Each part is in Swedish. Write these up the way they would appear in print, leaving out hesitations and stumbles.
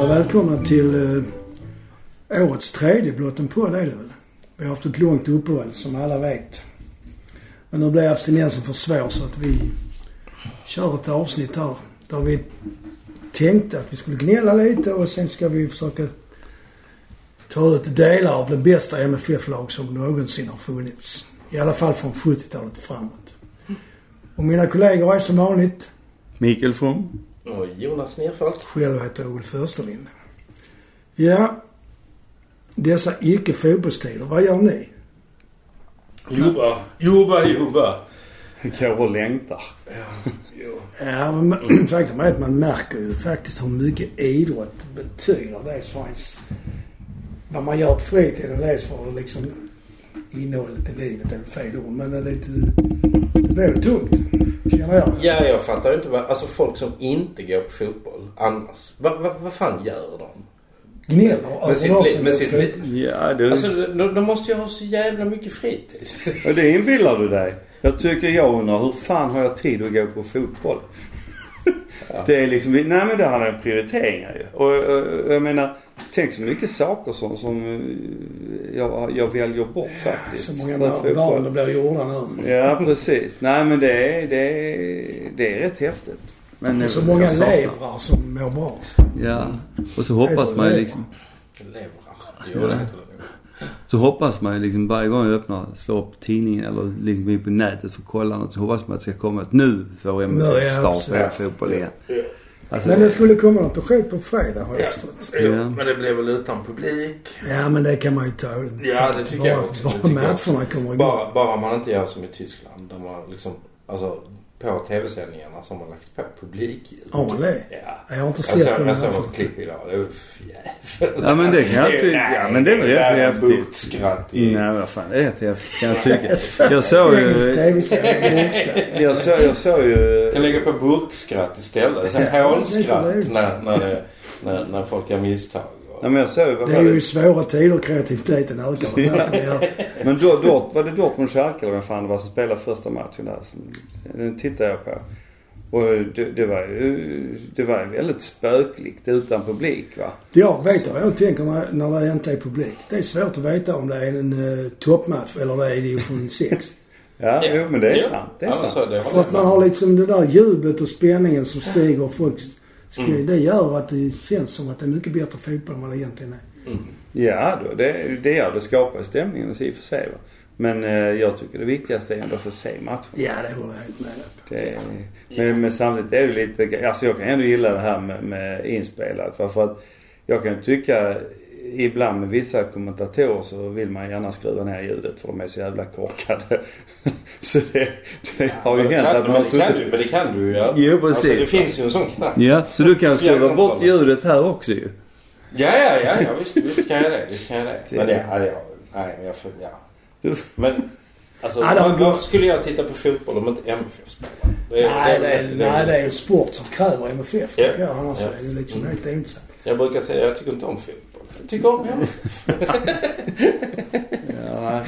välkomna till årets tredje Blotten på, det är det väl. Vi har haft ett långt uppehåll som alla vet. Men nu blir abstinensen för svår så att vi kör ett avsnitt här där vi tänkte att vi skulle gnälla lite och sen ska vi försöka ta ut delar av det bästa MFF-lag som någonsin har funnits. I alla fall från 70-talet framåt. Och mina kollegor är som vanligt Mikael From och Jonas Nerfalk. Själv heter Ulf Österlind. Ja, dessa icke-fotbollstider, vad gör ni? Jobba. Går och längtar. Ja, men faktum är att man märker ju faktiskt hur mycket idrott betyder. Dels för ens, vad man gör på fritiden, dels för liksom innehållet i livet, är fel ord. Men det blir ju tungt, känner jag. Ja, jag fattar inte vad, alltså folk som inte går på fotboll annars, vad fan gör de? Gnäller med sitt liv. Ja, du. Alltså de måste ju ha så jävla mycket fritid. Och det inbillar du dig. Jag tycker jag undrar, hur fan har jag tid att gå på fotboll? Ja. Det är liksom, nej men det handlar om prioriteringar ju. Och jag menar, tänk så mycket saker som jag väljer bort faktiskt. Så många barn det blir gjorda nu. Ja, precis. Nej men det är rätt häftigt. Men så många levrar som mår bra. Ja, och så hoppas man ju liksom... Så hoppas man ju liksom varje gång jag öppnar, slår upp tidningen eller liksom in på nätet för att kolla något, så hoppas man att det ska komma ett nu för MFF start på fotboll igen. Alltså, men det skulle komma något besked på fredag har jag förstått. Ja. Men det blev väl utan publik. Ja, men det kan man ju ta. Ja, det tycker jag också. Bara matcherna kommer igång. Bara man inte gör som i Tyskland. Där man liksom, alltså på tv-sändningarna som har lagt på publikljud. Ja, det? Ja. Jag har inte sett det. Jag såg något klipp idag. Det är jävligt. Ja, men det kan jag tycka. Ja, men det är väl rätt häftigt. Bukskratt. Nej, vad fan. Det är rätt häftigt, kan jag tycka. Jag såg ju... Jag såg ju... Jag kan lägga på burkskratt istället. Så hålskratt när folk gör misstag. Ja, men jag såg, det är ju svåra tider, kreativiteten ökar. Ja. Men då var det Dortmund Schalke eller vad fan det var som spelade första matchen där. Den tittade jag på. Och det var väldigt spökligt utan publik, va? Jag vet vad jag tänker när det inte är publik. Det är svårt att veta om det är en toppmatch eller det är division 6. Ja, jo, men det är sant. Det är sant. För att man har liksom det där jublet och spänningen som stiger och folk... Det gör att det känns som att det är mycket bättre fotboll än vad det egentligen är. Mm. Ja, det gör det, skapar stämningen och så i och för sig. Men jag tycker det viktigaste är ändå att få se matchen. Ja, det håller jag helt med. Men samtidigt är det lite... Alltså jag kan ändå gilla det här med inspelat. För att jag kan tycka ibland med vissa kommentatorer så vill man gärna skruva ner ljudet för de är så jävla korkade. Så det har ju hänt att man... Men det kan du ju göra. Jo, precis. Alltså, det finns ju en sån knapp. Ja, så du kan skruva bort ljudet här också ju. Ja, visst kan jag det. Men Men alltså, varför skulle jag titta på fotboll om inte MFF spelar? Det är ju sport som kräver MFF, tycker jag. Annars är det liksom helt intressant. Jag brukar säga jag tycker inte om fotboll. Jag tycker om MFF. Ja.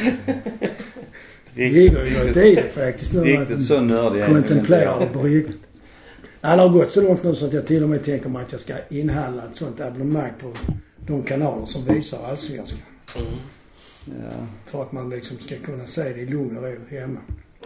Riktigt faktiskt nu. Riktigt så nördig. Kontemplera på riktigt. Det har gått så långt nu så att jag till och med tänker mig att jag ska inhandla ett sånt abonnemang på de kanaler som visar allsvenskan. Mm. Ja. För att man liksom ska kunna se det i lugn och ro hemma.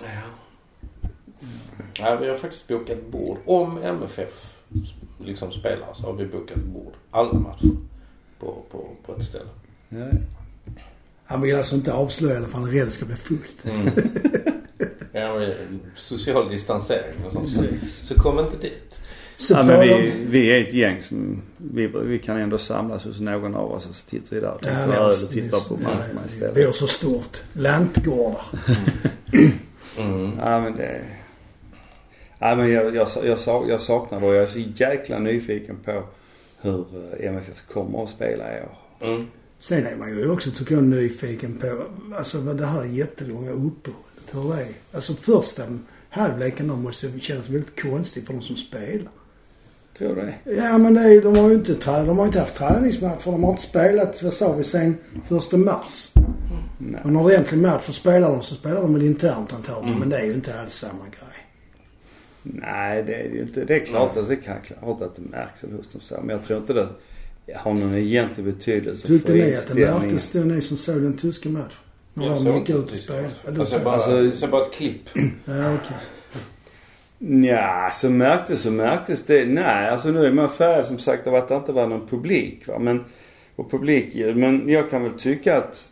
Ja, vi har faktiskt bokat bord. Om MFF liksom spelar så har vi bokat bord alla matcher på ett ställe. Ja. Han vill alltså inte avslöja det för han är rädd ska bli fullt. Mm. Ja, social distansering och sånt. Så kom inte dit. Ja, men vi är ett gäng som vi kan ändå samlas hos någon av oss och så tittar vi där och tittar på matcherna istället. Det är så stort. Lantgårdar. Ja, men det... Ja, men jag saknar då. Jag är så jäkla nyfiken på hur MFF kommer att spela i år. Mm. Sen är man ju också tycker jag nyfiken på alltså vad det här jättelånga uppehållet. Hur det är. Alltså första halvleken då måste kännas väldigt konstigt för de som spelar. Tror du det? Ja, men de har ju inte haft träningsmatch för de har inte spelat, vad sa vi, sen 1 mars. Nej. Och när det egentligen match för spelar de väl internt antagligen, men det är ju inte alls samma grej. Nej, det är ju inte. Det är klart att det kan klart att det märks hos dem så, men jag tror inte det. har någon egentlig betydelse Tyckte för ni att det märktes då ni som såg den tyska matchen? När de gick ut och spelade? Alltså bara ett klipp. Ja, okej. Ja, så märktes det. Nej, alltså nu är man färdig som sagt av att det inte var någon publik, va? Men jag kan väl tycka att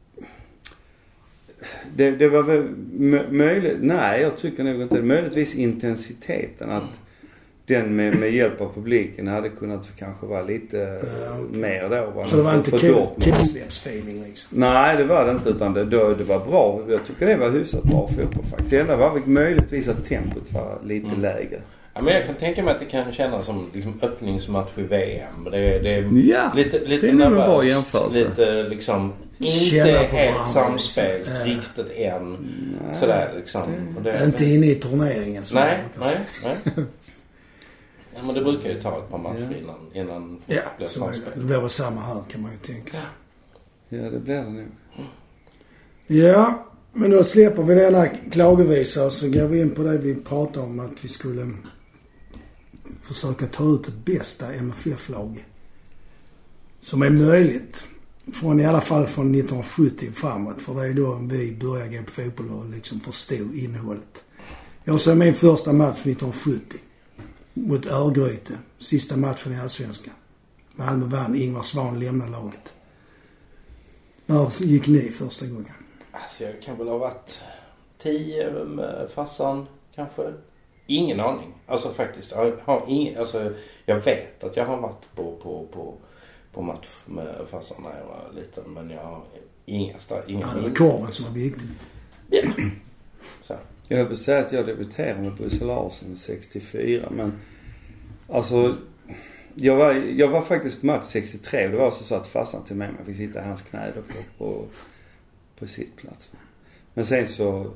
det var väl möjligt. Nej, jag tycker nog inte. Möjligtvis intensiteten, att den med hjälp av publiken hade kunnat kanske vara lite mer då. Så det var inte killsläppsfeeling liksom? Nej, det var det inte, utan det var bra. Jag tycker det var hyfsat bra fotboll faktiskt. Det var väl möjligtvis att tempot var lite lägre. Ja, men jag kan tänka mig att det kan kännas som liksom öppningsmatch i VM. Det är lite det är nog en bra jämförelse. Lite liksom inte helt samspelt riktigt än. Nej, sådär liksom. Inte inne i turneringen. Nej. Ja, men det brukar ju ta ett par matcher innan det blir samspel. Det blir väl samma här, kan man ju tänka. Ja, det blir det nu. Ja, men då släpper vi denna klagovisa och så går vi in på det vi pratade om, att vi skulle försöka ta ut det bästa MFF-lag som är möjligt. I alla fall från 1970 framåt. För det är då vi börjar gå på fotboll och liksom förstå innehållet. Jag såg min första match 1970 mot Örgryte. Sista matchen i Allsvenskan. Malmö vann, Ingvar Svan lämnade laget. När gick ni första gången? Alltså jag kan väl ha varit 10 med farsan kanske. Ingen aning. Alltså faktiskt. Jag vet att jag har varit på match med farsan när jag var liten. Men jag har ingen det var korven som var viktig. Ja. Så. Jag vill säga att jag debuterade med Bosse Larsson 64. Men alltså jag var faktiskt på match 63. Och det var så att farsan till mig. Jag fick sitta i hans knä på sitt plats. Men sen så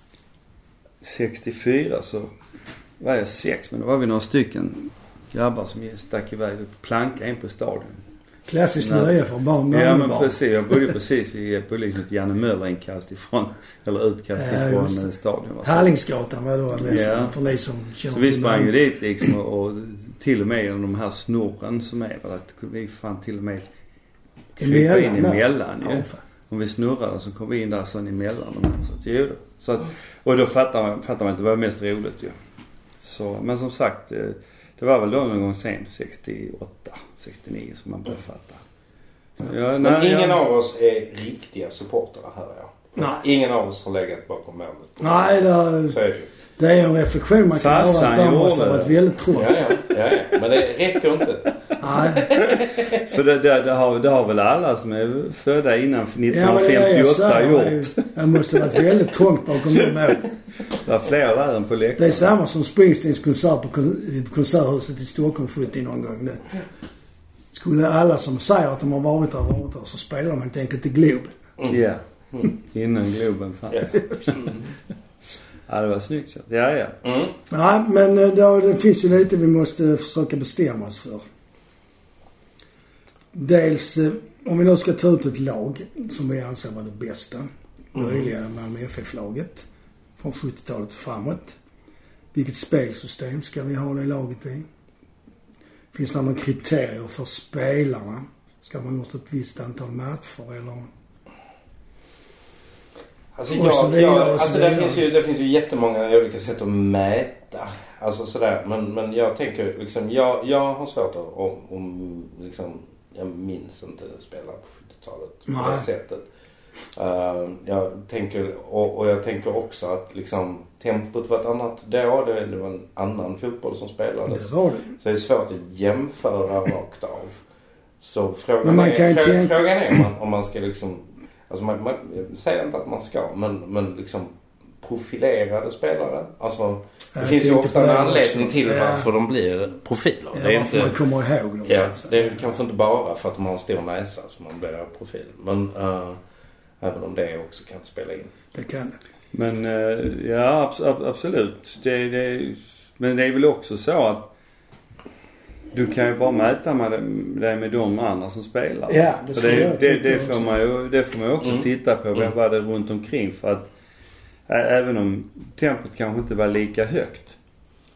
64 så var jag 6, men då var vi några stycken grabbar som stack iväg upp planka in på stadion. Klassiskt nöje för barn. Ja, men precis. Jag bodde precis vid liksom ett Janne Möller utkast ifrån stadion. Hallingsgatan var då för ni som känner så vi sprang ju dit liksom och till och med de här snurren som är att vi fann till och med krypa in emellan. Ja. Om vi snurrade så kom vi in där sån emellan de här. Så att, och då fattar man att det var mest roligt ju. Så, men som sagt, det var väl då någon gång sen 68, 69 som man började fatta. Ja, men ingen av oss är riktiga supportrar, hör jag. Nej. Ingen av oss har legat bakom målet. Nej, så är det ju. Det är en reflektion man kan göra att de måste ha varit väldigt trångt. Ja. Men det räcker inte. Nej. För det har väl alla som är födda innan 1958 gjort. Det måste ha varit väldigt trångt bakom de mål. Det är fler där än på läktaren. Det är samma som Springsteens konsert på Konserthuset i Stockholm 70 någon gång. Skulle alla som säger att de har varit där så spelar de helt enkelt i Globen. Ja. Innan Globen fanns. Ja, det var snyggt. Ja. Nej, men det finns ju lite vi måste försöka bestämma oss för. Dels, om vi nu ska ta ut ett lag som vi anser var det bästa möjliga Malmö FF-laget från 70-talet framåt. Vilket spelsystem ska vi ha det laget i? Finns det några kriterier för spelarna? Ska man gjort ett visst antal matcher eller... Det finns ju jättemånga olika sätt att mäta. Alltså sådär. Men jag tänker liksom, jag har svårt att liksom, jag minns inte spela på 70-talet på det sättet. Jag tänker också att liksom tempot var ett annat då. Det var en annan fotboll som spelades. Det var det. Så det är svårt att jämföra rakt av. Så frågan är om man ska liksom... Alltså man säger inte att man ska, men liksom profilerade spelare. Alltså det finns ju ofta en anledning till varför de blir profiler. Ja, det är inte, man kommer ihåg dem. Ja, det är kanske inte bara för att de har en stor näsa som man blir profil. Men även om det också kan spela in. Det kan det. Men ja, absolut. Men det är väl också så att du kan ju bara mäta med de andra som spelar. Ja, det får man ju också titta på. Vad var det runt omkring? För att även om tempot kanske inte var lika högt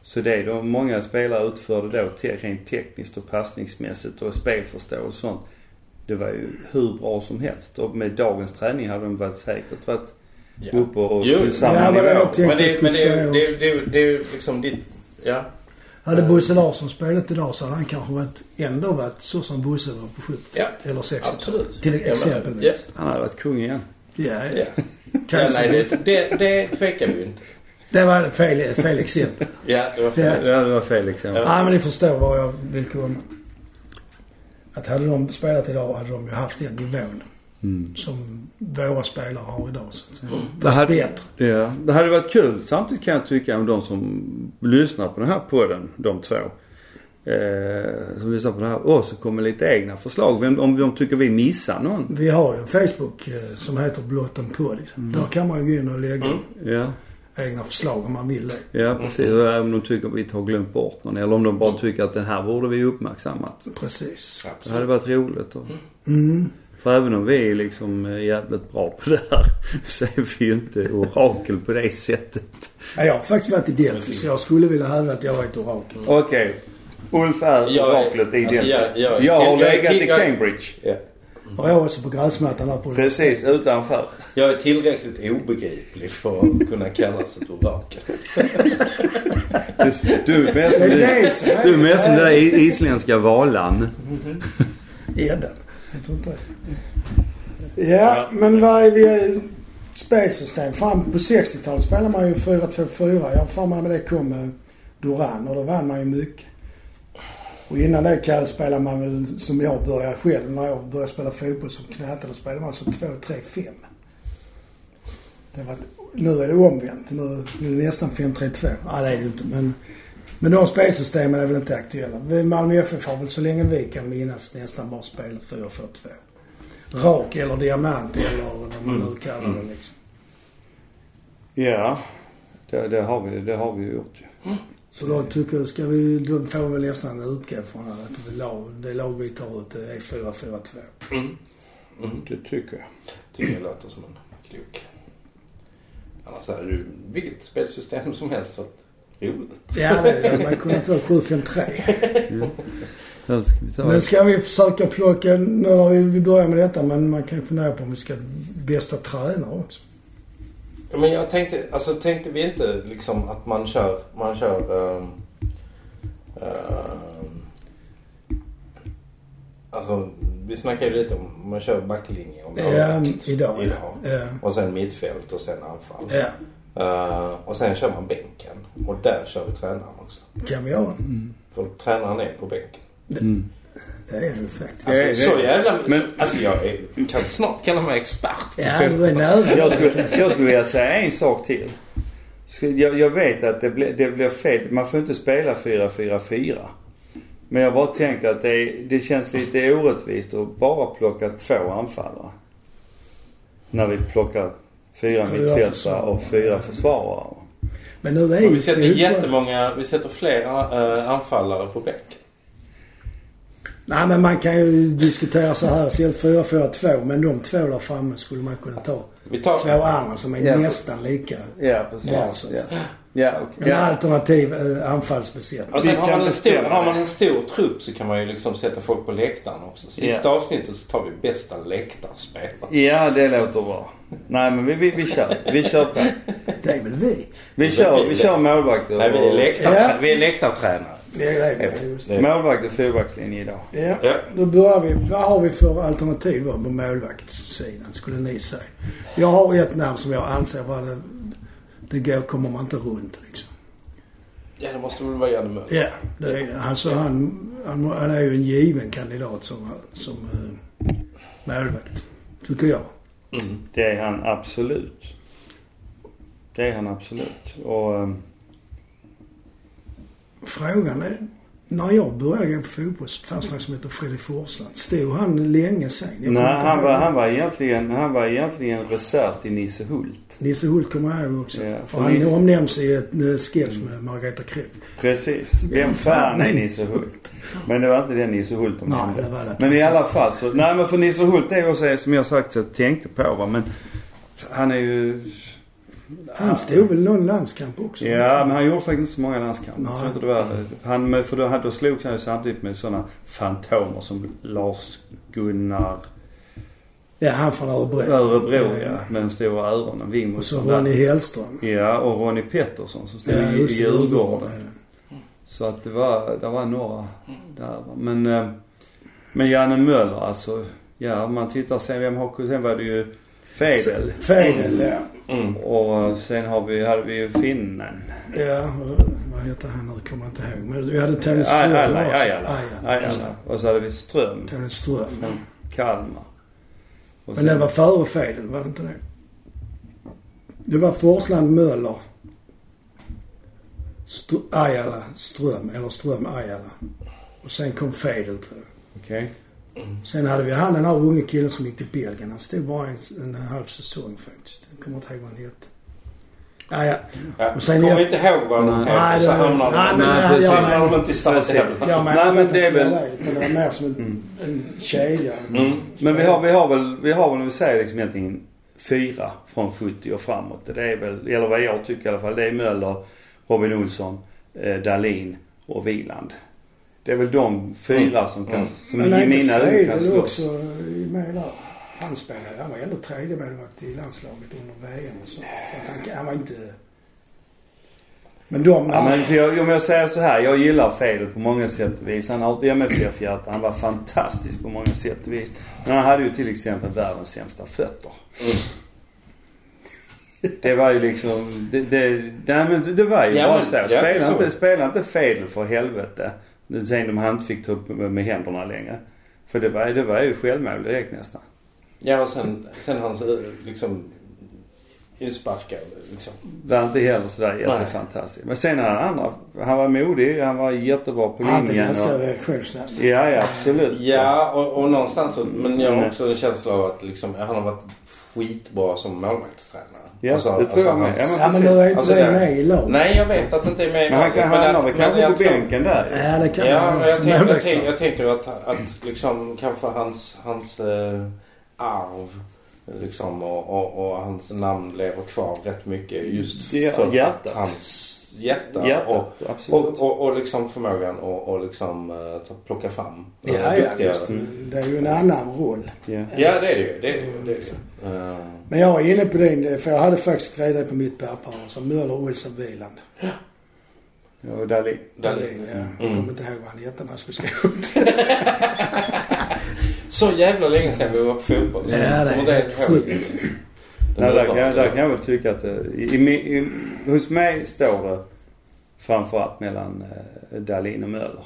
Så det är då många spelare utförde då rent tekniskt och passningsmässigt och spelförståelse och sånt. Det var ju hur bra som helst. Och med dagens träning hade de säkert varit uppe och på samma nivå. Men det är ju liksom ditt... Ja. Hade Bosse Larsson spelat idag så hade han kanske ändå varit så som Bosse var på 70 eller 60. Absolut. Till exempelvis. Han hade varit kung igen. Ja. Nej, det tvekar vi ju inte. Det var fel exempel. Ja, det var fel exempel. Ja, men ni förstår vad jag vill komma. Att hade de spelat idag hade de ju haft den nivån som våra spelare har idag. Så det hade bättre. Ja, det hade varit kul. Samtidigt kan jag tycka om de som lyssnar på den här podden, de två. Som lyssnar på det här. Och så kommer lite egna förslag. Om de tycker vi missar någon. Vi har ju en Facebook som heter Blott en podd. Där kan man ju gå in och lägga egna förslag om man vill det. Ja, precis. Om de tycker att vi har glömt bort någon. Eller om de bara tycker att den här borde vi uppmärksammat. Precis. Absolut. Det hade varit roligt. För även om vi är liksom jävligt bra på det här så är vi ju inte orakel på det sättet. Ja, jag har faktiskt varit i Delphi så jag skulle vilja hävda att jag var ett orakel. Okej. Ulf är oraklet i Delphi. Jag har legat i Cambridge. Ja. Och jag är också på gräsmattan här på precis, utanför. Jag är tillräckligt obegriplig för att kunna kallas ett orakel. Du är mer som den där isländska valan. Eden. Jag tror inte det. Ja, men vad är vi spelsystem? Fram på 60-talet spelade man ju 4-2-4. Jag får med det kom med Duran och då vann man ju mycket. Och innan det spelade man väl som jag började själv. När jag började spela fotboll som knätade spelade man så 2-3-5. Nu är det omvänt. Nu är det nästan 5-3-2. Ja, det är det inte. Men de spelsystemen är väl inte aktuella. Malmö FF har väl så länge vi kan minnas nästan bara spelat 4-4-2. Rak eller diamant eller vad man nu kallar det liksom. Ja, det har vi gjort ju. Så då tycker jag, då får vi nästan utgå från att det lag vi tar ut är 4-4-2. Det tycker jag. Tycker jag låter som en klok. Annars är det vilket spelsystem som helst för att roligt. Ja, man kunde ta 7-5-3. Men ska vi försöka plocka, nu har vi börjar med detta, men man kan fundera på om vi ska bästa tränare också. Men jag tänkte vi inte liksom att man kör alltså vi snackade lite om man kör backlinje om idag. Och sen mittfält och sen anfall. Och sen kör man bänken och där kör vi tränaren också. Kan vi göra? För tränaren är på bänken. Det är ju faktiskt. Alltså, så jävla... Men alltså jag kan snart kalla mig expert. Ja, du är nära. Jag skulle vilja säga en sak till. Jag vet att det blir fel. Man får inte spela 4-4-4. Men jag bara tänker att det känns lite orättvist att bara plocka 2 anfallare. När vi plockar 4 mittfältare och 4 försvarare. Men nu är vi sätter flera anfallare på bänken. Nej, men man kan ju diskutera så här. Så 4-4-2, men de 2 där framme skulle man kunna ta. Vi tar 2 andra som är nästan lika bra. En alternativ anfallsbesättning. Och sen har man en stor trupp så kan man ju liksom sätta folk på läktaren också. Sista avsnittet så tar vi bästa läktarspelare. Ja, det låter bra. Nej, men vi kör på. Det är väl vi. Vi kör målvakter. Nej, vi är läktartränare. Målvakt och fyrbackslinje idag. Ja. Då börjar vi. Vad har vi för alternativ då på målvaktssidan skulle ni säga? Jag har ett namn som jag anser var det kommer man inte runt liksom. Ja, det måste väl vara Janne Möller. Ja, det är det. Alltså han är ju en given kandidat som målvakt, tycker jag. Det är han absolut. Och frågan är, när jag började gå på fotboll så fanns det som heter Fredrik Forsland. Stod han länge sen? Nej, han var egentligen reserv till Nisse Hult. Nisse Hult kommer jag också. Ja, för han omnämns i ett sketch med Margareta Krepp. Precis. Vem fan är Nisse Hult? Men det var inte den Nisse Hult de nämnde. Det var det. Men i alla fall så... Nej, men för Nisse Hult är också som jag sagt så jag tänkte på. Men han är ju... Han stod väl någon landskamp också? Ja, men han gjorde faktiskt inte så många landskamper. Jag tror inte det var, för då slogs han ju samtidigt med sådana fantomer som Lars Gunnar. Ja, han från Örebro. Ja. Med de stora öronen. Och så Ronny Hellström. Ja, och Ronny Pettersson som stod i Djurgården. Ja. Så att det var några där. Men Janne Möller, alltså, ja, man tittar sen var det ju Fedel, ja. Och sen hade vi ju finnen. Ja, vad heter han nu? Kommer jag inte ihåg. Men vi hade Tony Ström också. Och så hade vi Ström. Tony Ström. Från Kalmar. Och men det var före Fedel, var det inte det? Det var Forsland, Möller, Ayala, Ström, eller Ström, Ayala. Och sen kom Fedel, tror jag. Okej. Sen hade vi den här unga killen som gick till Belgien. Han stod bara en halv säsong faktiskt. Jag kommer inte ihåg vad han hette. Ja. Och sen kommer inte ihåg vad han hette. Så hamnar de inte i stället heller. Ja, men det är väl... Det var mer som en kedja. Men vi har väl när vi säger liksom egentligen 4 från 70 och framåt. Det är väl, eller vad jag tycker i alla fall, det är Möller, Robin Olsson, Dahlin och Wieland. Det är väl de 4 som kan som men i mina ögon kan slåss. Också med där. Han spelade, han var ändå tredje målvakt i landslaget under VM och så. Att han var inte... Men de... Ja, men om jag säger så här, jag gillar Fedel på många sätt och vis. Han har MFF-hjärta, han var fantastisk på många sätt och vis. Men han hade ju till exempel världens sämsta fötter. Det var ju liksom... Det var ju bara så. Spela inte Fedel för helvete. Sen han inte fick ta upp med händerna längre. För det var ju självmål direkt nästan. Ja, och sen hans liksom insparkar liksom. Det var inte heller sådär jättefantastiskt. Men sen han var modig, han var jättebra på linjen. Han är ganska reaktionssnabb. Ja, absolut. Ja, och någonstans så, men jag har också en känsla av att liksom, han har varit skitbra som målvaktstränare. Ja, det tror jag med. Ja, men nu är inte det med i lag. Nej, jag vet att det inte är med i lag. Men han kan gå på bänken där. Ja, det kan jag tänker att liksom kanske hans arv liksom och hans namn lever kvar rätt mycket just för hjärtat. Hans hjärta och liksom förmågan och liksom plocka fram. Ja, just det är ju en annan roll. Ja, det är det ju. Men jag var inne på det, för jag hade faktiskt 3 på mitt papper som Möller, Olsson, Wieland. Ja, och Dahlin, ja. Jag kommer inte ihåg vad han hette när jag skulle skriva upp. Så jävla länge sedan vi var på fotboll. Ja, det är sjukt. Där kan jag väl tycka att hos mig står det framförallt mellan Dahlin och Möller.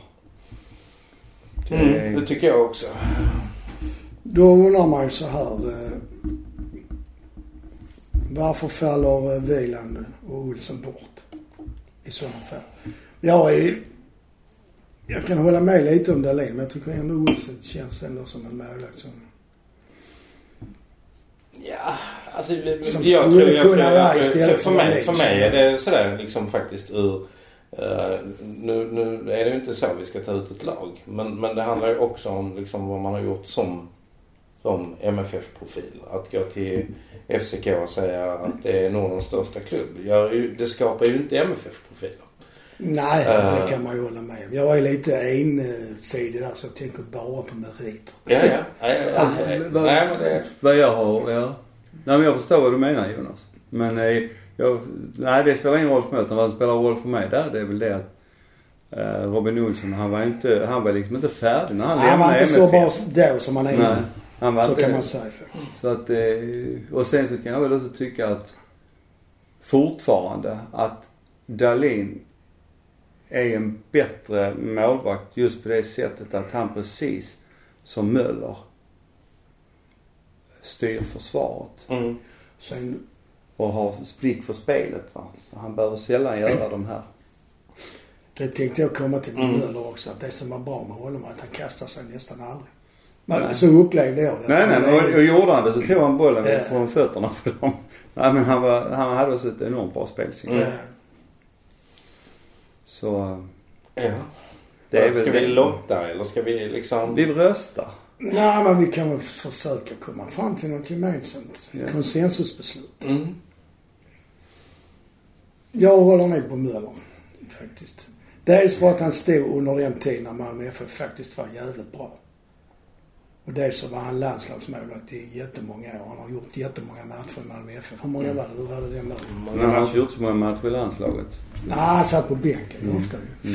Det tycker jag också. Då undrar man så här. Varför faller Wieland och Olsson bort i sådana fall? Jag kan hålla med lite om Dahlin, men jag tycker ändå Olsson känns ändå som en målvakt som... Ja, alltså jag tror för mig är det sådär liksom faktiskt ur... nu är det ju inte så vi ska ta ut ett lag, men det handlar ju också om liksom vad man har gjort som MFF-profil. Att gå till FCK och säga att det är Nordens största klubb. Det skapar ju inte MFF-profiler. Nej, det kan man ju hålla med om. Jag är lite ensidig där, så jag tänker bara på meriter. Vad jag har, ja. Nej, men jag förstår vad du menar, Jonas. Men det spelar ingen roll för mig. Utan vad spelar roll för mig där, det är väl det att Robin Olsson, han var liksom inte färdig när han lämnade MFF. Han var inte så bra då som han är. Nej, han var så inte, kan man säga faktiskt. Så att, och sen så kan jag väl också tycka att fortfarande att Dahlin är en bättre målvakt just på det sättet att han precis som Möller styr försvaret. Sen, och har blick för spelet, va. Så han behöver sällan göra de här. Det tänkte jag komma till Möller också, att det som var bra med honom att han kastar sig nästan aldrig. Men så upplevde jag det. Nej, och gjorde han det så tog han bollen från fötterna på dem. Nej, men han hade också ett enormt bra spelsinne. Så ja. Det är väl, ska vi lotta eller ska vi liksom... Vi röstar. Nej, men vi kan väl försöka komma fram till något gemensamt konsensusbeslut. Jag håller nog på Möller faktiskt. Dels för att han stod under den tiden när Malmö FF faktiskt var jävligt bra. Och dels så var han landslagsmålvakt i jättemånga år. Han har gjort jättemånga matcher i Malmö FF. Hur många var det? Du hade det med? Men han har gjort så många matcher i landslaget. Nej, han satt på bänken ofta.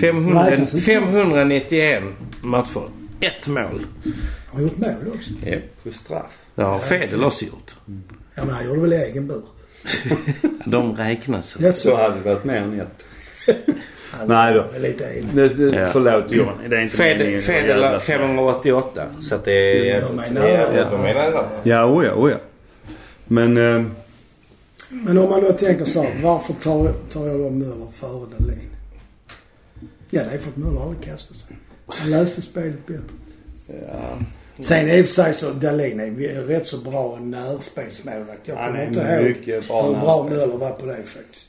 591 matcher. 1 mål. Han har gjort mål också. Ja. På straff. Ja, Fedel också gjort. Ja, men han gjorde väl egen bur. De räknas. Så hade det varit mer än 1. Nej då. Förlåt Johan. Det är inte Fedel 588. Så att det är... De menar Ja, oja. Men om man då tänker så här, varför tar jag då Möller före Dahlin? Ja, det är för att Möller aldrig kastat sig. Han löste spelet bättre. Ja. Sen i och för sig så Dahlin är rätt så bra närspelsmålvakt. Jag kommer inte ihåg hur bra Möller var på det faktiskt.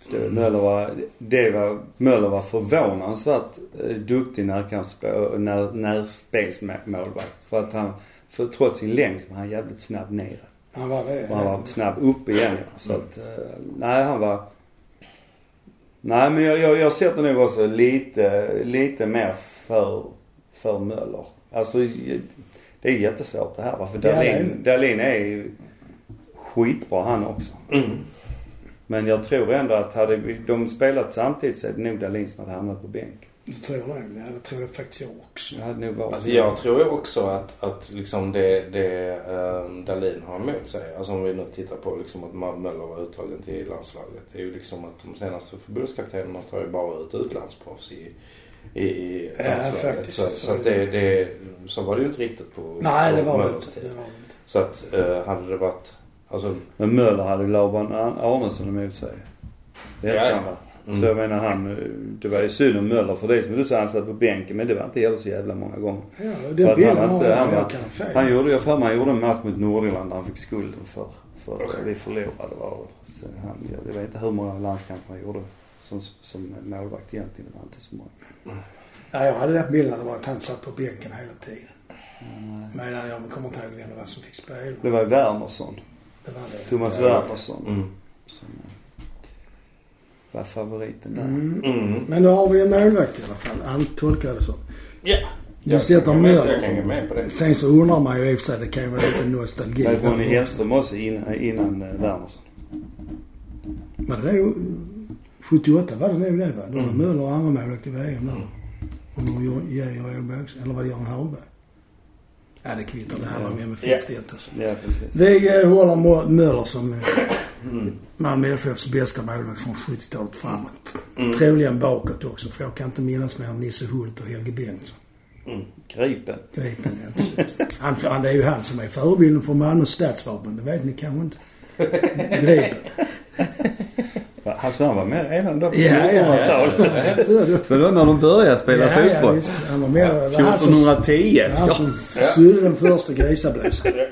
Möller var förvånansvärt duktig närspelsmålvakt. För att för trots sin längd var han jävligt snabb ner. Han var det. Han var snabb upp igen. Så att, han var... Nej, men jag sätter nog också lite mer för Möller. Alltså... Det är jättesvårt det här. För Dahlin är ju skitbra han också. Mm. Men jag tror ändå att hade de spelat samtidigt så är det nog Dahlin som hade hamnat på bänk. Du tror det? Ja, det tror jag faktiskt jag också. Alltså jag tror också att liksom det Dahlin har emot sig. Alltså om vi nu tittar på liksom att Möller var uttagen till landslaget. Det är ju liksom att de senaste förbundskaptenerna tar ju bara ut utlandsproffs i faktiskt. Så att det så var det ju inte riktigt på. Nej, det var det inte. Så att hade det varit alltså, men Möller hade Laban Arnesson emot sig. Det kan vara. Så jag menar det var ju synd om Möller för det som du sa, han satt på bänken, men det var inte heller så jävla många gånger. Ja, det bilden han gjorde en match mot Nordirland där han fick skulden för vi förlorade. Jag vet inte hur många landskamper han gjorde som målvakt egentligen, det var inte så många. Ja, jag hade den bilden av att han satt på bänken hela tiden. Men jag kommer inte ihåg vem det var som fick spela. Det var Wernersson. Det var det. Thomas Wernersson. Som var favoriten där. Men då har vi en målvakt i alla fall. Han tolkar det så. Ja. Du sätter Möller. Jag kan gå med på det. Sen så undrar man ju i och för sig, det kan ju vara lite nostalgi. Det var Ronny Hellström också innan Wernersson. Men det är ju 78 var det nog det va? Då var Möller och andra målvakt i VM där. Och nu Geir Åbergs, eller var det Göran Hallberg? Ja, det kvittar. Det handlar om med 51 alltså. Ja, precis. Vi håller Möller som Malmö FFs bästa målvakt från 70-talet framåt. Troligen bakåt också, för jag kan inte minnas mer än Nisse Hult och Helge Bengtsson. Gripen, ja, precis. Det är ju han som är förebilden för Malmös statsvapen. Det vet ni kanske inte. Gripen. Alltså han var med redan då på 1400-talet. För då när de började spela fotboll. Ja, han var med. 1410. Han som sydde den första grisablåsaren.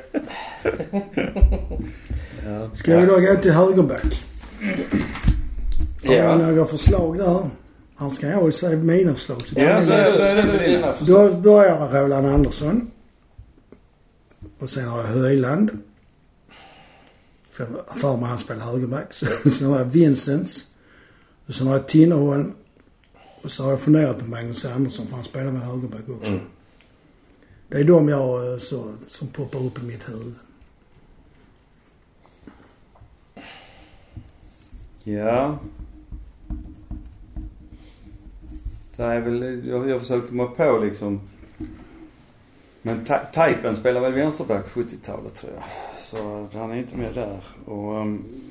Ska vi då gå till högerback? Har jag några förslag där? Annars kan jag ju säga mina förslag. Då börjar jag med Roland Andersson. Och sen har jag Höjland. För mig han spelar högerback. Sen har jag Vincents. Och sen har jag Tinnerholm. Och så har jag funderat på Magnus Andersson, för han spelar med högerback också. Det är de jag som poppar upp i mitt huvud. Ja. Det är väl, jag försöker komma på liksom. Men Taipen spelar väl vänsterback 70-talet tror jag. Så han är inte med där. Och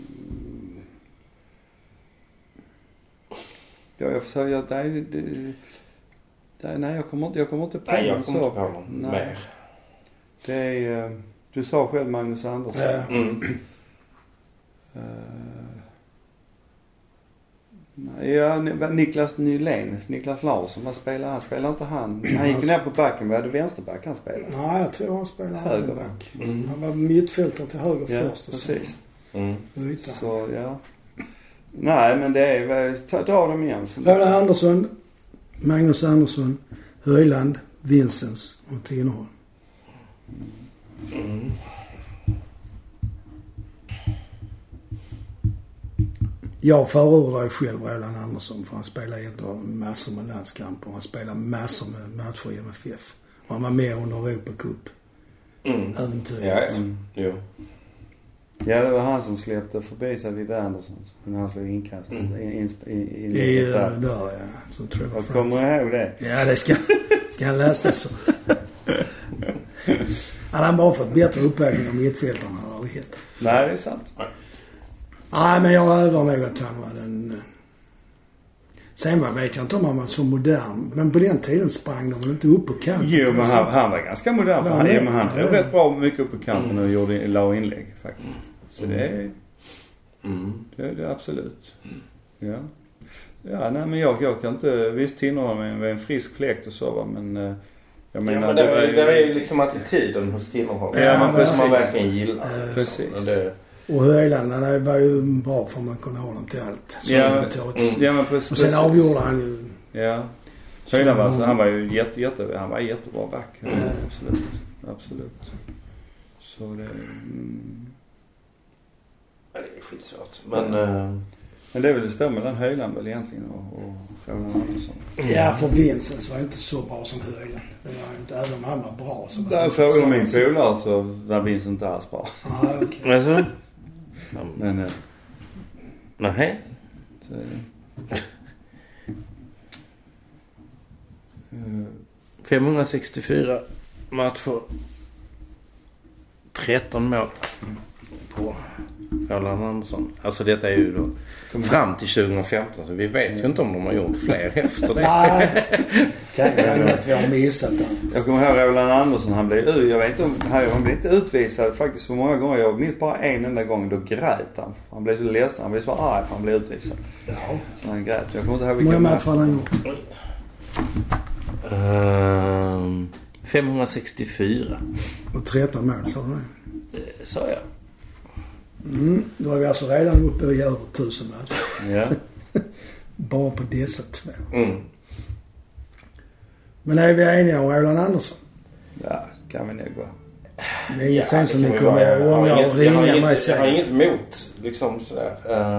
jag försöker göra nej, jag kommer inte på någon mer. Det är du sa själv Magnus Andersson. Ja, Niklas Larsson, vad spelar han? Spelar inte han? Han gick ner på backen, var det vänsterback han spelade? Nej, jag tror han spelar högerback. Han var mittfältare till höger först. Precis. Så, ja. Nej, men det är dra dem igen. Roland Andersson, Magnus Andersson, Höjland, Vincents och Tinnerholm. Jag förordar ju själv Roland Andersson för han spelar ändå massor med landskamper. Han spelar massor med matcher i MFF. Och han var med under Europa Cup. Äventyret. Ja, jo. Ja, det var han som släppte förbi sig vid Andersson. När han slog inkastet. Där, ja. Så tror jag kommer ihåg det. Ja, det ska han läsas för. Hade han bara fått bättre uppvägning av mittfältarna hade vi hittat. Nej, det är sant. Nej, men jag hävdar nog att han var den... Sen vet jag inte om han var så modern. Men på den tiden sprang de väl inte upp på kanten. Jo, men han var ganska modern. Han är rätt bra mycket upp på kanten och la inlägg faktiskt. Så det är... Det är absolut. Ja. Ja, nej, men jag kan inte... Visst tillhöra med en frisk fläkt och så, va, men... Jag menar, men det är ju liksom attityden hos Tinnerholm. Som man verkligen gillar. Precis. Och Höjlandarna var ju bra för man kunde ha dem till allt. Men precis. Och sen avgjorde han ju... Ja. Höjland var, så han var ju jättebra back. Absolut. Så det... Ja, det är skitsvårt. Men det är väl det står mellan Höjland väl egentligen och Roland Andersson. Ja, för Vincent var inte så bra som Höjland. Det var inte, även om han var bra så var där frågar min polare så var Vincent inte alls bra. Ja, okej. Alltså? Men... Nej. 564 matcher. 13 mål på Roland Andersson. Alltså detta är ju då fram till 2015. Så vi vet ju inte om de har gjort fler efter det. Nej, kan jag att vi har missat det. Jag kommer ihåg Roland Andersson. Han blev inte utvisad faktiskt så många gånger. Jag minns bara en enda gång. Då grät han. Han blev så ledsen. Han blev så arg för han blev utvisad. Ja. Så han grät. Jag kommer inte ihåg vilka matcher han gjort. 564. Och 13 mål, sa du det? Sa jag. Då är vi alltså redan uppe i över 1000 matcher. Ja. Bara på dessa två. Men är vi eniga om Roland Andersson? Ja, kan vi nog vara. Det är inget sen som ni kommer ihåg. Jag har inget emot liksom sådär.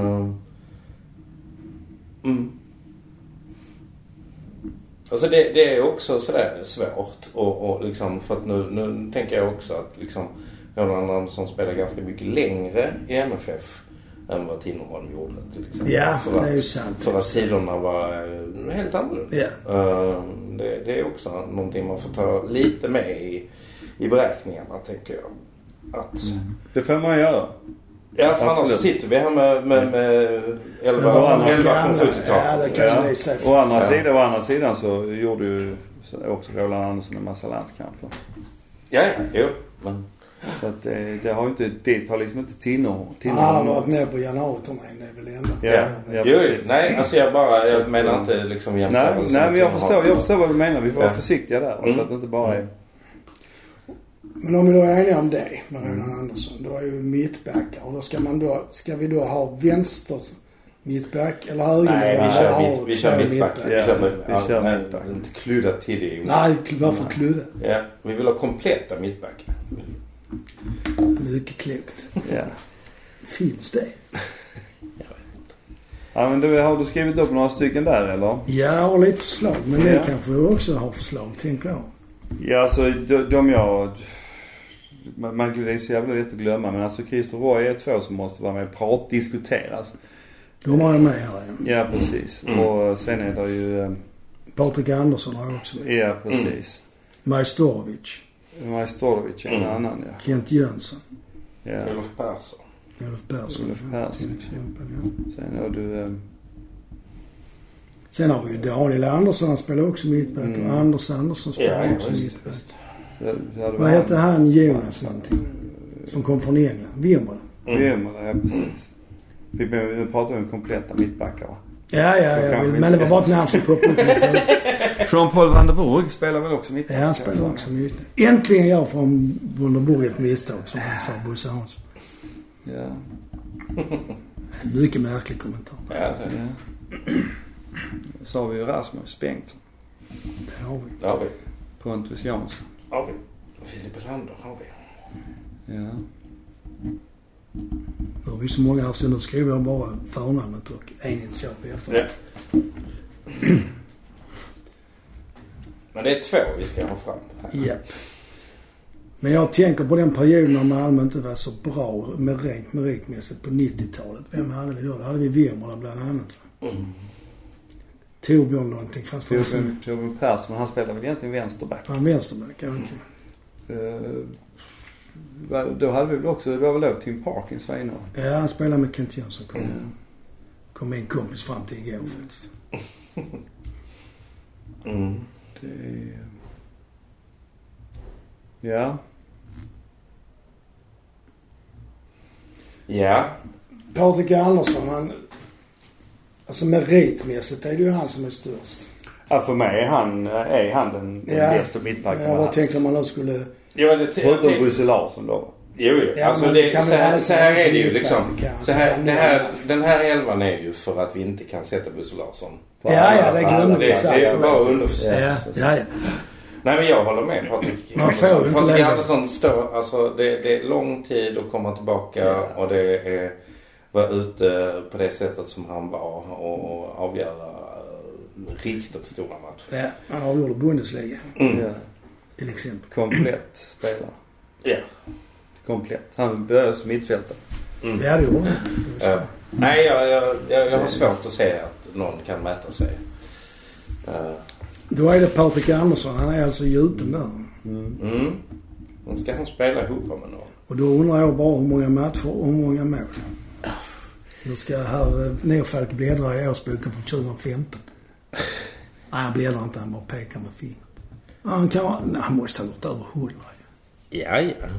Alltså det är också sådär svårt och liksom för att nu tänker jag också att liksom Roland Andersson spelar ganska mycket längre i MFF än vad Tinnerholm gjorde till exempel. Ja, det är ju sant. För att tiderna var helt annorlunda. Ja. Det är också någonting man får ta lite med i beräkningarna, tänker jag. Att... Det får man göra. Ja, för annars sitter vi här med 11 från 70-talet. Ja, det kanske ni säger. Å andra sidan så gjorde ju också Roland Andersson en massa landskamper. Ja, jo. Men... Så att det har ju inte, det har liksom inte Tinnerholm. Han har varit med på januari-turnén, det är väl ändå. Ja, jo, nej, alltså jag menar inte liksom jämförelse. Nej, men jag förstår vad du menar. Vi får vara försiktiga där. Så att det inte bara är... Men om vi då är eniga om det med Roland Andersson, då är ju mittbackar. Och då ska vi då ha vänster mittback eller höger? Nej, vi kör mittback. Vi kör mittback. Inte kludda till det. Nej, varför kludda? Ja, vi vill ha kompletta mittback. Mycket klokt. Ja. Finns det? Jag vet inte. Ja, men har du skrivit upp några stycken där, eller? Ja, jag har lite förslag. Men det kanske du också har förslag, tänker jag. Ja, alltså det är så jävla lätt att glömma. Men alltså Christer Roy är 2 som måste vara med och diskuteras. De har jag med här. Ja, precis. Och sen är det ju... Patrik Andersson har jag också med. Ja, precis. Majstorovic är en annan, ja. Kent Jönsson. Ja. Olof Persson. Exempel, ja. Sen har du... Sen har vi ju Daniel Andersson, han spelar också mittback. Och Anders Andersson spelar också mittback. Vad heter han? Jonas någonting. Som kom från England. Wimmerla, ja, precis. Vi pratar om kompletta mittbackar, va? Ja. Men det var bara ett namn som poppade upp lite. Jean-Paul van der Burg spelar väl också mittback? Ja, han spelar också mittback. Äntligen gör från van der Burg ett misstag, som han sa, Bosse Hansson. Ja. Mycket märklig kommentar. Ja. Så har vi ju Rasmus Bengtsson. Det har vi. Pontus Jansson. Har vi. Filip Lander har vi. Ja. Hur Vi är så många här så nu skriver jag bara förnamnet och en initial på efterhand. Ja. Men det är 2 vi ska ha fram här. Japp. Men jag tänker på den perioden när Malmö inte var så bra med rent meritmässigt på 90-talet. Vem hade vi då? Då hade vi Wirmer bland annat. Torbjörn någonting. Torbjörn Persson, men han spelade väl egentligen vänsterback. Han vänsterback, jag vet inte. Då hade vi väl också, det var väl då Tim Parkins var inne. Ja, han spelade med Kent Jönsson. Kom en kompis fram till igår faktiskt. Det är... Ja. Ja. Patrik Andersson, han... Alltså meritmässigt är det ju han som är störst. Ja, för mig är han den bästa mittbacken. Jag bara tänkte om man nu skulle... Ja, det förutom Bosse Larsson då. Jo. Ja, alltså det, så här är det ju liksom. Den här 11 är ju för att vi inte kan sätta Bosse Larsson. Ja, det glömde vi. Det är bara underförstått. Ja. Nej, men jag håller med Patrik. Patrik Andersson står, alltså det är lång tid att komma tillbaka och det är vara ute på det sättet som han var och avgöra riktigt stora matcher. Ja, han avgjorde Bundesliga. Till exempel. Komplett spelare. Ja. Komplett. Han började som mittfältare. Ja, det gjorde han. Nej, jag har svårt att se att någon kan mäta sig. Då är det Patrik Andersson. Han är alltså gjuten där. Nu ska han spela ihop med någon. Och då undrar jag bara hur många matcher och hur många mål. Då ska här Nerfalk bläddra i årsboken från 2015. Nej, han bläddrar inte. Han bara pekar med fingret. Han måste ha gått över 100. Ja.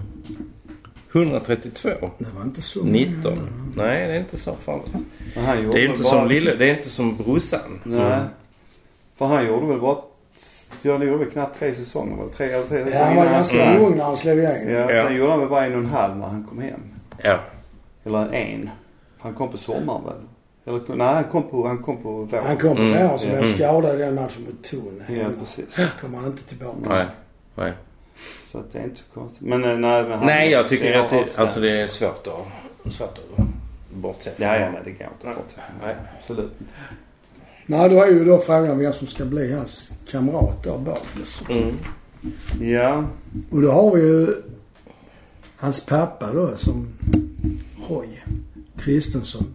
132. Det var inte så. 19. Nej, det är inte så farligt. Det är inte som det är inte som brorsan. Nej. För han gjorde väl bara... det gjorde väl knappt 3 säsonger. Väl 3 eller 3 säsonger. Ja, han var ganska ung när han slog igen. Ja, sen gjorde han väl bara 1,5 när han kom hem. Ja. Eller 1. Han kom på sommaren väl? Eller, nej, han kom på vår. Han kom på vår som var skadad i den matchen mot Thun. Ja, precis. Kommer han inte tillbaka. Nej. Så att det är inte så konstigt. Men jag tycker att alltså det är svårt att bortse från. Ja, det går inte bort. Nej, absolut inte. Nej, då är ju då frågan vem som ska bli hans kamrat där bakåt. Ja. Och då har vi ju hans pappa då som Roy Kristensson.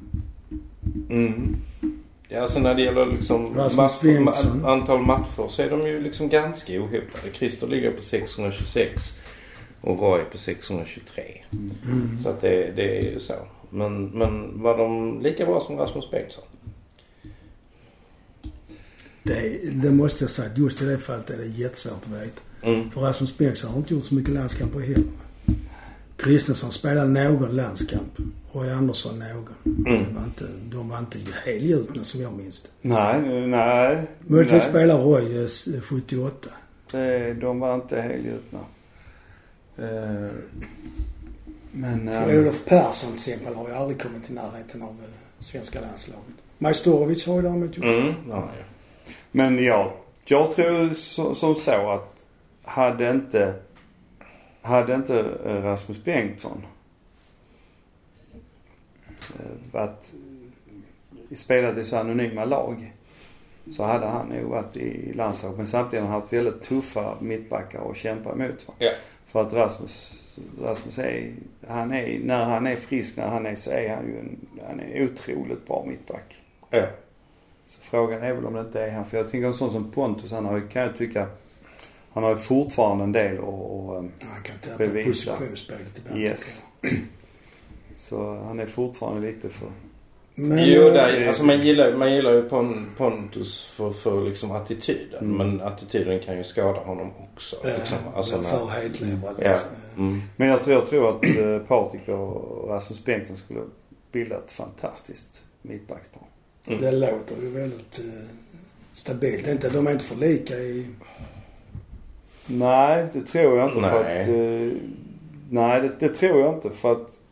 Ja, så när det gäller liksom antal matcher så är de ju liksom ganska ohotade. Christer ligger på 626 och Roy på 623. Så att det är ju så. Men var de lika bra som Rasmus Bengtsson? Det måste jag säga. Just i det fallet är det jättesvårt att veta. För Rasmus Bengtsson har inte gjort så mycket landskamper heller. Kristensson spelade någon landskamp. Roy Andersson någon. De var inte helgjutna som jag minns det. Nej. Möjligtvis spelar Roy 78. De var inte helgjutna. Men... Olof Persson till exempel har ju aldrig kommit i närheten av svenska landslaget. Majstorovic har ju däremot gjort. Men jag tror som så att hade inte Rasmus Bengtsson spelat i så anonyma lag så hade han nog varit i landslaget. Men samtidigt har han haft väldigt tuffa mittbackar att kämpa emot. Ja. För att Rasmus är när han är frisk, så är han ju han är otroligt bra mittback. Ja. Så frågan är väl om det inte är han. För jag tänker en sån som Pontus, kan jag tycka, han har ju fortfarande en del att bevisa. Yes. Så han är fortfarande lite för... alltså man gillar ju Pontus för liksom attityden. Men attityden kan ju skada honom också. Liksom. Alltså Men jag tror att Patrik och Rasmus Bengtsson skulle bilda ett fantastiskt mittbackspar. Det låter ju väldigt stabilt. De är inte för lika i... Nej, det tror jag inte. För att, nej, det tror jag inte. För att...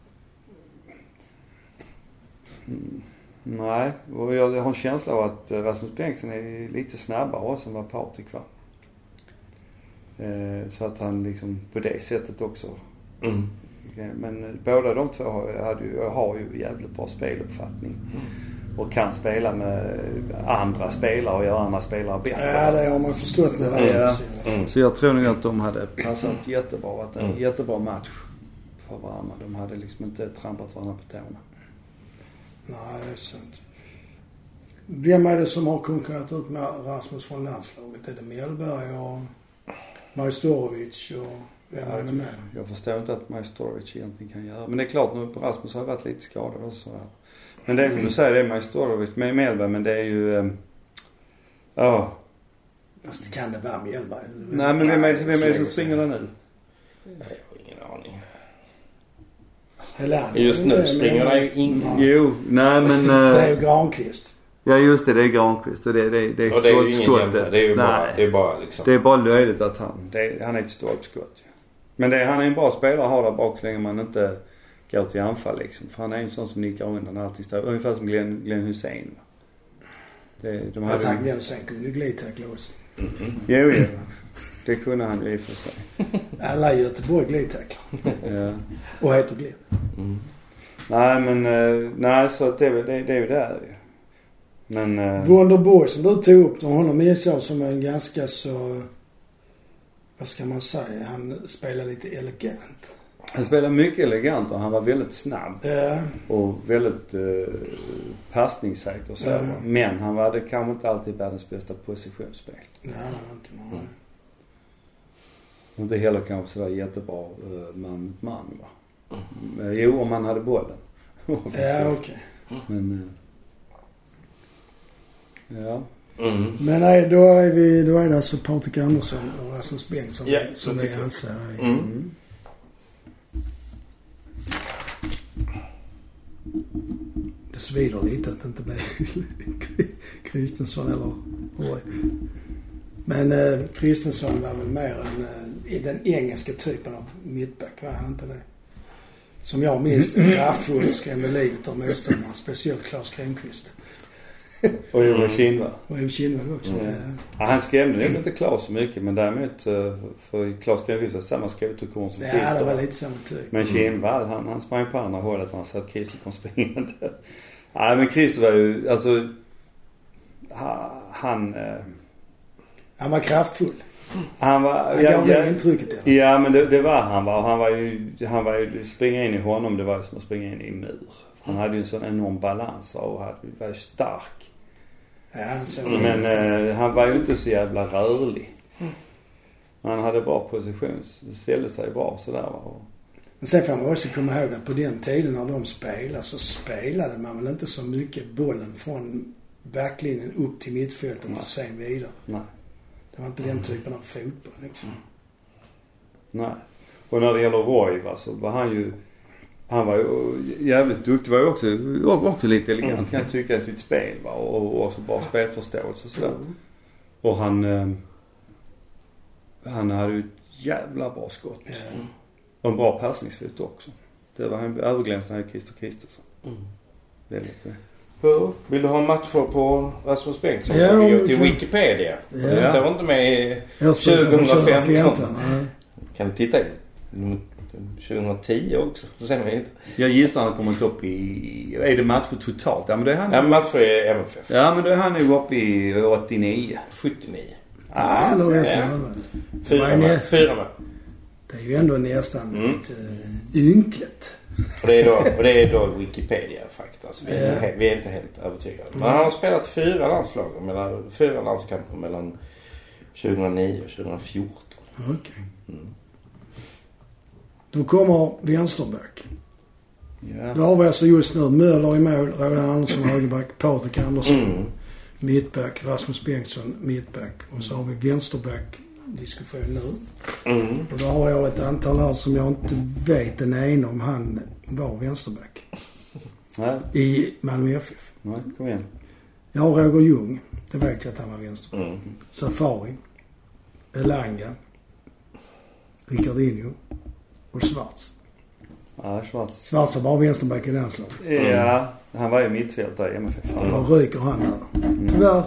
Nej, och jag har en känsla av att Rasmus Bengtsson är lite snabbare också än vad Patrik var. Så att han liksom på det sättet också Men båda de två har ju jävligt bra speluppfattning. Och kan spela med andra spelare och göra andra spelare bättre. Ja, det har man förstått det. Så jag tror nog att de hade passat jättebra. Att en jättebra match för varandra. De hade liksom inte trampat varandra på tårna. Nej, det är sant. Vem är det som har konkurrerat ut med Rasmus från landslaget? Är det Mellberg och Majstorovic och vem är det med? Jag förstår inte att Majstorovic egentligen kan göra. Men det är klart nu på Rasmus har varit lite skadad och så. Men det är som du säger, det är Majstorovic med Mellberg, men det är ju... Fast kan det vara Mellberg? Nej, men vem är det som springer där nu? Jag har ingen aning. Helander, just nu springer det ju ingen. Jo, nej men... det är ju Granqvist. Ja just det är Granqvist. Och det är och det är ju ingen jämför. Det är ju bara liksom... Det är bara löjligt att han är ett stolpskott. Men han är en bra spelare att ha där bak så länge man inte går till anfall liksom. För han är en sån som nickar undan allting. Ungefär som Glenn Hussein. Glenn Hussein kunde glidtackla också. Jo. Det kunde han ju i för sig. Alla i Göteborg glidtacklar. Ja. Och heter Glenn. Nej men så att det är ju där ju. Men Wonderboy som du tog upp, honom minns jag som en ganska så, vad ska man säga, han spelar lite elegant. Han spelade mycket elegant och han var väldigt snabb. Ja. Och väldigt passningssäker så. Ja. Men han hade kanske inte alltid världens bästa positionsspel. Nej, det var inte någon. Inte heller kanske sådär jättebra man mot man va. Jo, om man hade bollen. Ja, okej. Men ja. Men nej, då är det alltså Patrik Andersson och Rasmus Bengtsson som vi anser. Det svider lite att det inte blir Kristensson eller Roy. Men Kristensson var väl mer i den engelska typen av mittback, var han inte det? Som jag minns, kraftfull och skrämde livet av motståndaren, speciellt Claes Krenqvist. Och Johan Kindvall. Och Johan Kindvall också. Ja, han skrämde nog inte Claes så mycket, men däremot för Claes Krenqvist var samma skoterkorn som Christer. Ja, det var lite samma typ. Men Kindvall, han sprang på andra hållet när han sa att Christer kom springande. Nej, men Christer var ju, alltså han var kraftfull. Han gav intrycket. Ja, men det var han var. Han var ju springa in i honom, det var som att springa in i en mur. Han hade ju en sån enorm balans och var ju stark. Ja, men han var ju inte så jävla rörlig. Han hade bra position, ställde sig bra sådär va. Men sen får man också komma ihåg att på den tiden när de spelade så spelade man väl inte så mycket bollen från backlinjen upp till mittfältet och sen vidare. Nej. Det var inte den typen av fotboll liksom. Nej. Och när det gäller Roy va, så var han var ju jävligt duktig, var ju också lite elegant kan jag tycka i sitt spel va, och också bra spelförståelse och sådär. Och han hade ju ett jävla bra skott. Och en bra passningsfot också. Det var en överglänsande Christer Kristersson. Väldigt bra. Vill du ha matcher på Rasmus Bengtsson? Ja, vi går till Wikipedia. Ja. Det står inte med i 2015. Kan du titta in? 2010 också. Så ser man inte. Jag gissar han kommer upp i... Är det matcher totalt? Ja, men det är han. Ja, matcher är MFF. Ja, men då är han ju uppe i 89. 79. Ja, Fyra med. Det är ju ändå nästan lite ynkligt. Och det är då Wikipedia fakta. Så vi är inte helt övertygade. Men han har spelat 4 landskamper mellan 2009 och 2014. Okej. Då kommer vänsterback. Ja. Då har vi alltså just nu Möller i mål, Roland Andersson högerback, Patrik Andersson mittback, Rasmus Bengtsson mittback. Och så har vi vänsterback diskussion nu. Och då har jag ett antal här som jag inte vet en ena om han var vänsterback. Nej. I Malmö FF. Nej, kom igen. Jag har Roger Ljung. Det vet jag att han var vänsterback. Safari. Elanga. Ricardinho. Och Schwarz. Ja, Schwarz var bara vänsterback i landslaget. Ja, han var ju mittfältare i MFF. Och ryker han här. Tyvärr.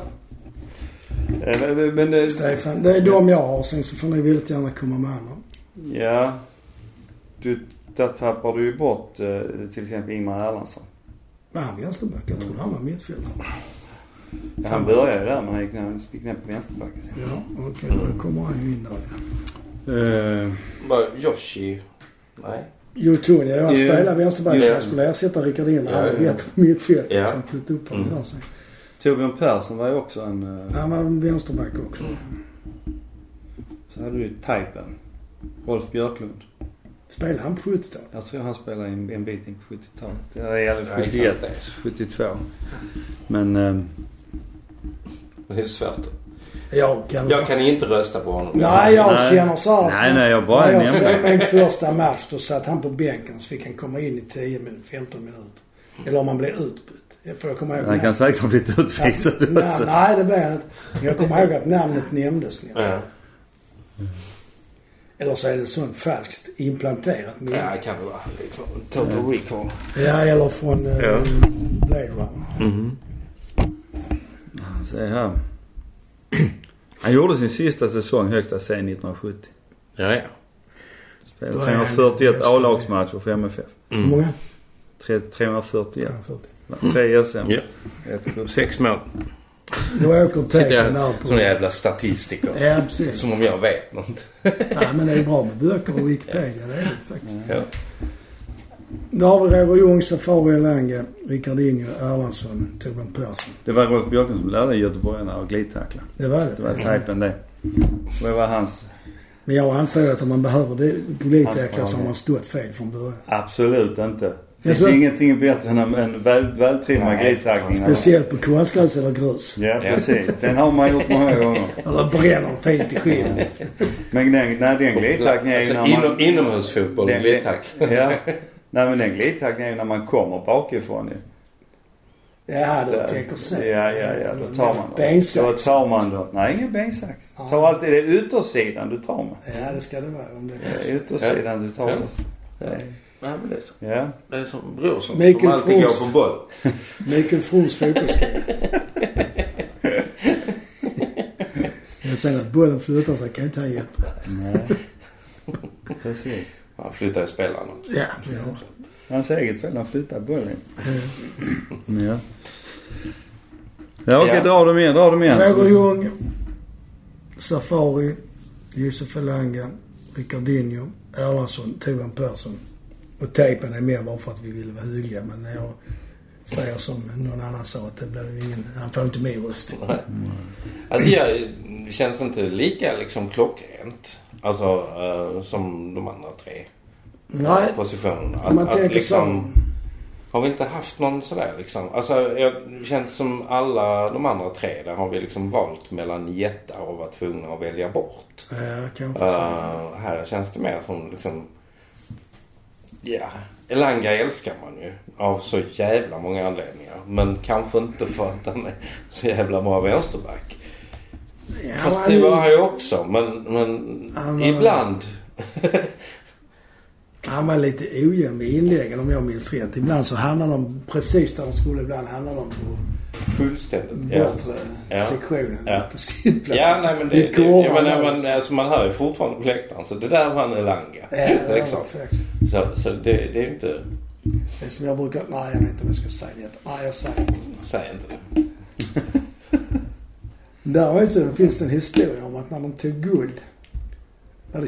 Men Stefan, det är de jag har. Sen så får ni väldigt gärna komma med andra. Ja. Du där tappar du ju bort till exempel Ingmar Erlandsson. Nej, han vänsterback. Jag trodde han var mittfältare. Ja, han började där, men han gick ner på vänsterbacken. Ja, okej. Då kommer han ju in där. Bara Yoshi? Nej. Jo, Tony, han spelar vänsterback. Han skulle ersätta Ricardin. Han var bättre på mittfält. Så han flyttade upp på den där sig. Torbjörn Persson var ju också en... Han var vänsterback också. Så hade du Typen. Rolf Björklund. Spelade han på 70-talet? Jag tror han spelade en bit in på 70-talet. Det gäller 71, 72. Men... Det är svårt. Jag kan inte rösta på honom. Nej, jag känner så att... Nej, jag bara nämnde. Jag såg min första match, då satt han på bänken så fick han komma in i 10-15 minuter. Eller om han blev utbytt. För jag kommer ihåg... Han kan säkert ha blivit utvisad. Nej, det blev han inte. Men jag kommer ihåg att namnet nämndes. Eller så är det sånt falskt implanterat. Ja, kan det vara. Total Recall. Ja, eller från Blade Runner. Så här. Han gjorde sin sista säsong högsta sen 1970. Ja. Spelade 341 A-lagsmatcher för MFF. Hur många? 341. 3 SM. Ja. 6 mål. Då åker Tecken där på... Som en jävla statistiker. Ja, precis. Som om jag vet något. Nej, men det är bra med böcker och Wikipedia. Det är det faktiskt. Ja. Nu har vi Roger Ljung, Safari Lange, Ricardinho, Erlandsson, Torbjörn Persson. Det var Rolf Björklund som lärde göteborgarna att glidtackla. Det var det? Det var Typen det. Det var hans... Men jag anser att om man behöver det glidtackla så har man stått fel från början. Absolut inte. Det finns ingenting bättre än en vältrimmad glidtackling. Speciellt på konstgräs eller grus. Ja, precis. Den har man gjort många gånger. Eller bränner fint i skinnet. Men den glidtacklingen är ju när man... Inomhusfotboll, glidtackling. Ja. Nej, men den glidtackling är ju när man kommer bakifrån ju. Ja, du tänker så. Ja, då tar man då. Bensax. Då tar man då. Nej, ingen bensax. Ta alltid det yttersidan du tar med. Ja, det ska det vara. Om det är yttersidan du tar med. Nej, men det är så. Ja. Det är som bror som alltid går på boll. Mikael Froms fotbollsskriv. Jag säger att bollen flyttar sig kan inte ha hjälp. Nej. Precis. Han flyttar i spelaren. Ja. Hans eget fel, han flyttar bollen. Ja. Ja, okej, dra dem igen. Roger Ljung, Safari, Josef Elanga, Ricardinho, Erlandsson, Torbjörn Persson. Och Tejpen är mer bara för att vi vill vara hyggliga. Men jag säger som någon annan sa att det blev ingen... Han får inte mer röst. Alltså det känns inte lika liksom klockrent. Alltså som de andra 3. Nej. Positionerna. Om man tänker liksom, har vi inte haft någon sådär liksom. Alltså jag känns som alla de andra 3 där har vi liksom valt mellan jättar och varit tvungna att välja bort. Ja, kanske här känns det mer som liksom... Ja, Elanga älskar man ju av så jävla många anledningar. Men kanske inte för att han är så jävla bra vänsterback. Ja, fast det var han ju också. Men ibland... Han var lite ojämn med inläggen om jag minns rätt. Ibland så hamnar de precis där de skulle. Ibland handlar de på fullständigt bortre sektionen på sin plats. Ja, nej, men alltså, man hör ju fortfarande på läktaren. Så det där var en Elanga. Ja, liksom. Så det är inte... Det är som jag brukar... Nej, jag vet inte om jag ska säga det. Nej, jag säger inte. Säg inte. Där vet du, det finns en historia om att när de tog guld, var det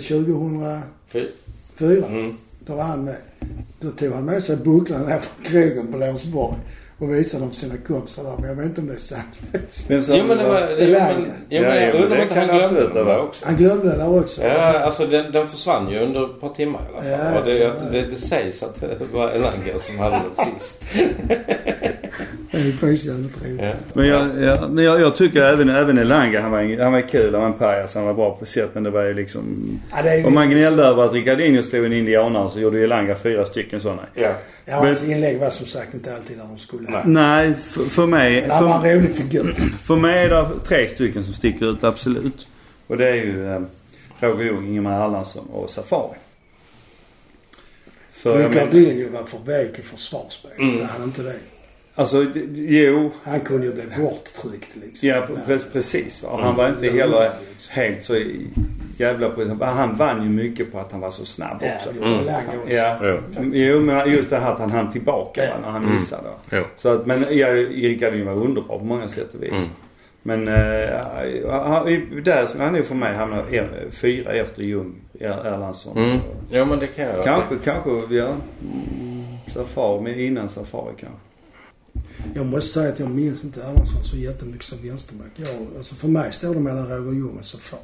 2004? Då var han med. Då tog han med sig bucklan här från krogen på Låsborg och visade dem för sina kompisar där. Men jag vet inte om det är sant. Jo, men det var... jag undrar inte han glömde det där också. Han glömde det där också. Ja, alltså den försvann ju under ett par timmar i alla fall. Ja, och det sägs att det var Elanga som hade det sist. Det är faktiskt jävligt roligt. Ja. Men jag tycker även Elanga, han var kul, han var en pajas, han var bra på sätt, men det var ju liksom... om man gnällde över att Ricardinho slog en indianare så gjorde ju Elanga 4 stycken sådana. Ja. Ja, hans inlägg var som sagt inte alltid där de skulle. Nej, för mig... Men han var en rolig figur. För mig är det 3 stycken som sticker ut, absolut. Och det är ju Roger Ljung, Ingemar Erlandsson och Safari. Ricardinho var för väg i försvarsspel. Det hade inte det. Alltså, jo. Han kunde ju bli borttryckt liksom. Ja, precis. Va? Han var inte heller helt så jävla på. Han vann ju mycket på att han var så snabb också. Ja. Jo, men just det här att han hann tillbaka när han missade. Så att, men Rickard var underbar på många sätt och vis. Men han är ju för mig hamnar 4 efter Ljung Erlandsson. Ja, men det kan jag. Kanske Safari, men innan Safari kanske. Jag måste säga att jag minns inte Erlandsson så jättemycket som vänsterback. Alltså för mig står det mellan Roger Ljung och Safari.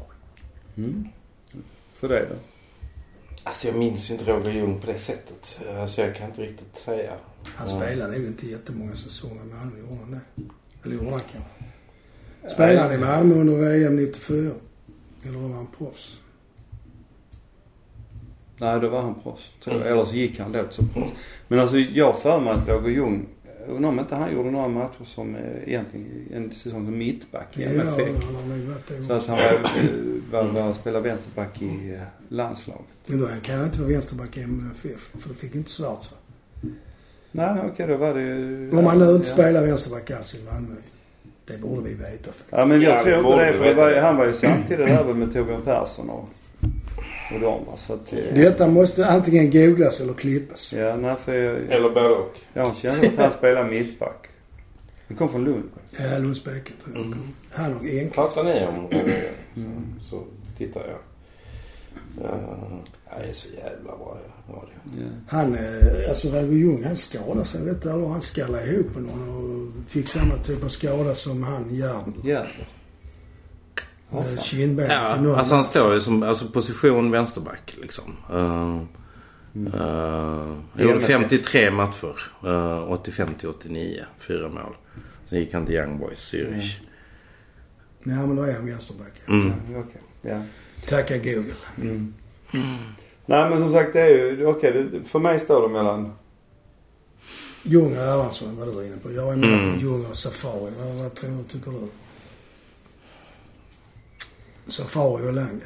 För dig då? Alltså jag minns inte Roger Ljung på det sättet. Alltså jag kan inte riktigt säga. Han spelade ju inte jättemånga säsonger med Malmö, gjorde han det? Eller gjorde han kanske? Spelade han i Malmö under VM 94? Eller var han proffs? Nej, då var han proffs. Eller så gick han då till proffs. Men alltså jag för mig att Roger Ljung, om inte han gjorde några matcher som egentligen en säsong som mittback i MFF. Så att han var spela vänsterback i landslaget. Men då kan han inte vara vänsterback i MFF, för det fick inte svart så. Nej, okej, då var det ju... Om man nu inte spelar vänsterback alls i Malmö. Det borde vi veta faktiskt. Ja, men jag tror inte det, för han var ju samtidigt där med Torbjörn Persson och de, så att, detta måste antingen googlas eller klippas. Ja, nej, för eller både och. Jag känner att han spelar mittback. Han kom från Lund. Ja, Lundsbäcken tror jag. Han och Enk. Pratar ni om så tittar jag. Jag är så jävla bra. Han, alltså Roger Ljung, han skadade sig, vet du, han skallade ihop med någon och fick samma typ av skada som han Gärdler. Ja, alltså han står ju som position vänsterback liksom. Gjorde 53 matcher, 85-89, 4 mål. Sen gick han till Young Boys Zürich. Ja, men då är han vänsterback. Okej. Ja. Tacka Google. Nej, men som sagt, det är ju för mig står det mellan Ljung och Erlandsson, vad du är inne på. Jag är med Ljung och Safari. Vad tycker du? Safari och Langa.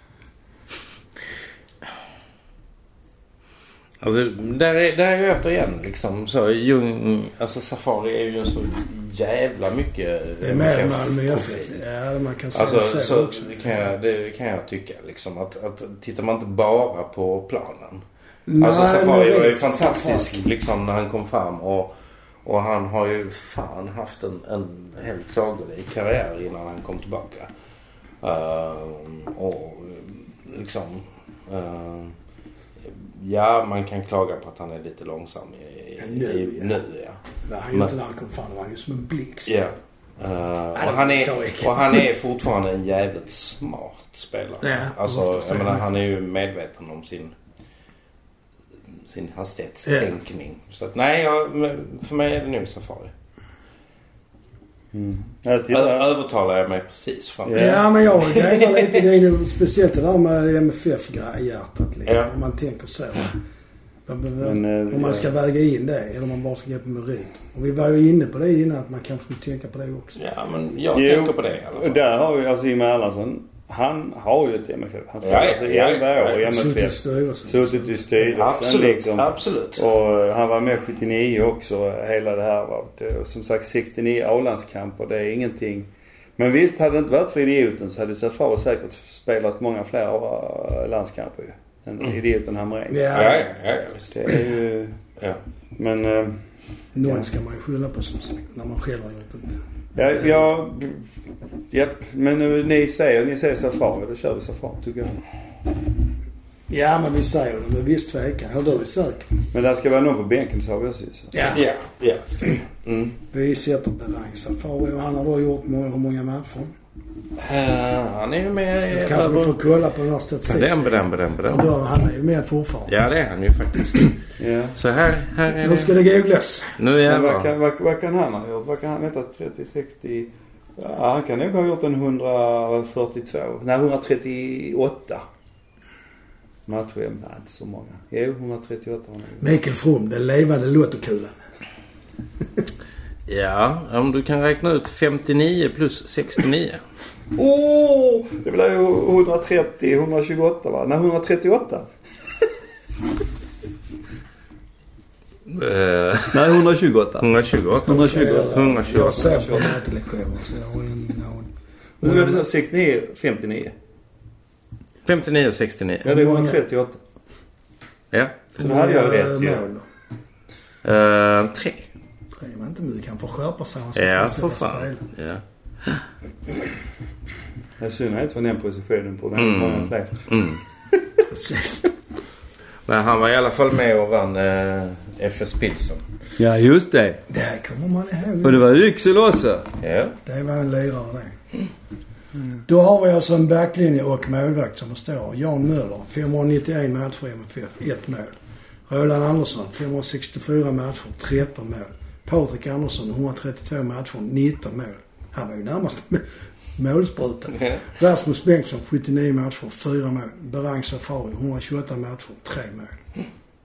Alltså där är ju återigen liksom så Ljung, alltså Safari är ju så jävla mycket det är mer Malmö. Ja, man kan säga alltså, så också. Det kan jag tycka liksom att tittar man inte bara på planen. Nej, alltså Safari var ju fantastisk liksom när han kom fram och han har ju fan haft en helt sagolik karriär innan han kom tillbaka. Och liksom ja, man kan klaga på att han är lite långsam nu, ja. Nej, han inte när han kom fram, var han ju som en blixt. Ja. Och han är fortfarande en jävligt smart spelare. Ja, alltså, jag menar, han är ju medveten om sin hastighetssänkning. Så att nej, för mig är det nog Safari. Övertalar jag mig precis fram. Ja, men jag grejer lite. Det är ju speciellt det där med MFF-hjärtat liksom. Om man tänker så. Om man ska väga in det eller om man bara ska gå på merit. Och vi var ju inne på det innan att man kanske skulle tänka på det också. Ja, men jag tänker på det i alla fall. Där har vi alltså Ingemar Erlandsson. Han har ju ett MFF. Han spelar alltså 11 år i MFF. Suttit i styrelsen. Absolut, liksom. absolut. Och han var med 79 också. Hela det här var. Som sagt 69 A-landskamper. Det är ingenting. Men visst, hade det inte varit för idioten så hade Safari säkert spelat många fler landskamper ju. Än idioten Hamrén. Ja. Det är ju... Ja. Men... Någon ska man ju skylla på som sagt. När man själv har gjort det. Ja, men ni säger Safari, då kör vi Safari tycker jag. Ja, men vi säger det med viss tvekan. Ja, då är vi säkert. Men där ska vara någon på bänken så har vi också. Ja. Vi sätter Berang Safari och han har då gjort hur många matcher? Han är ju med... Kanske vi får kolla på den här statistiken. Den. Och då, han är ju med fortfarande. Ja, det är han ju faktiskt. Ja. Så här är det. Nu ska det googlas. Nu jävlar. Vad kan han ha gjort? Vad kan han vänta 30-60? Ja, han kan nog ha gjort en 138 matcher. Nej, inte så många. Jo, 138 har han. Mikael From, den levande lottokulan. Ja, om du kan räkna ut 59 plus 69. Det blir ju 128 va? Nej, 138. Nej, 128. 128. 128. Jag ser på mätlektioner så jag har ingen aning. Hur är det så? 69, 59? 59 och 69. Ja, det är 138. Ja. Så då hade jag rätt ju. Mål då? 3. 3 var inte mycket. Han får skärpa sig. Ja, för fan. Ja. Jag syns inte från den positionen på den. Många fler. Precis. Men han var i alla fall med och vann FS Pilsen. Ja, just det. Det kommer man ihåg. Och det var Yxel också. Ja. Det var en lirare det. Då har vi alltså en backlinje och målvakt som står. Jan Möller, 591 matcher i MFF, 1 mål. Roland Andersson, 564 matcher, 13 mål. Patrik Andersson, 132 matcher, 19 mål. Han var ju närmast målspruten. Rasmus Bengtsson, 79 matcher, 4 mål. Berang Safari, 128 matcher, 3 mål.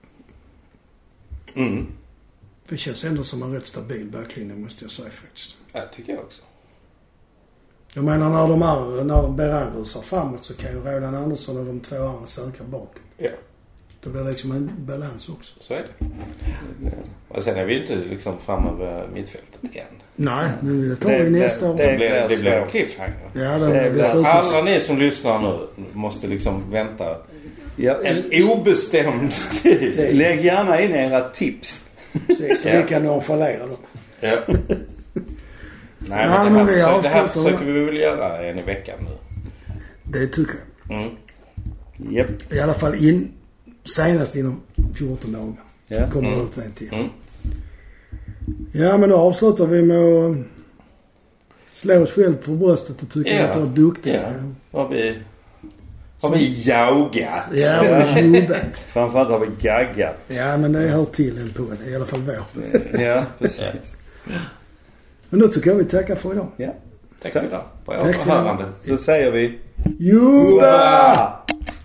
Det känns ändå som en rätt stabil backlinje, måste jag säga faktiskt. Ja, tycker jag också. Jag menar när Berang rusar framåt så kan ju Roland Andersson och de 2 andra söka bak. Ja. Då blir det liksom en balans också. Så är det. Och sen är vi inte liksom framme över mittfältet än. Nej, men det tar vi nästa år. Det blir en cliffhanger. Ja, det alla ni som lyssnar nu måste liksom vänta en obestämd tid. Lägg gärna in era tips. Precis, så vi kan nonchalera dem. Ja. Nej, men det här försöker vi väl göra en i veckan nu. Det tycker jag. Japp. I alla fall senast inom 14 dagar. Ja. Kommer det ut en till. Ja, men då avslutar vi med att slå oss själv på bröstet och tycka att vi är duktiga. Ja. Har vi jagat? Ja, vi har jobbat. Framförallt har vi gaggat. Ja, men det hör till en på det. I alla fall vår. Ja, precis. Men då tycker jag vi tackar för idag. Ja. Tack för idag. På återhörande. Då säger vi Juba!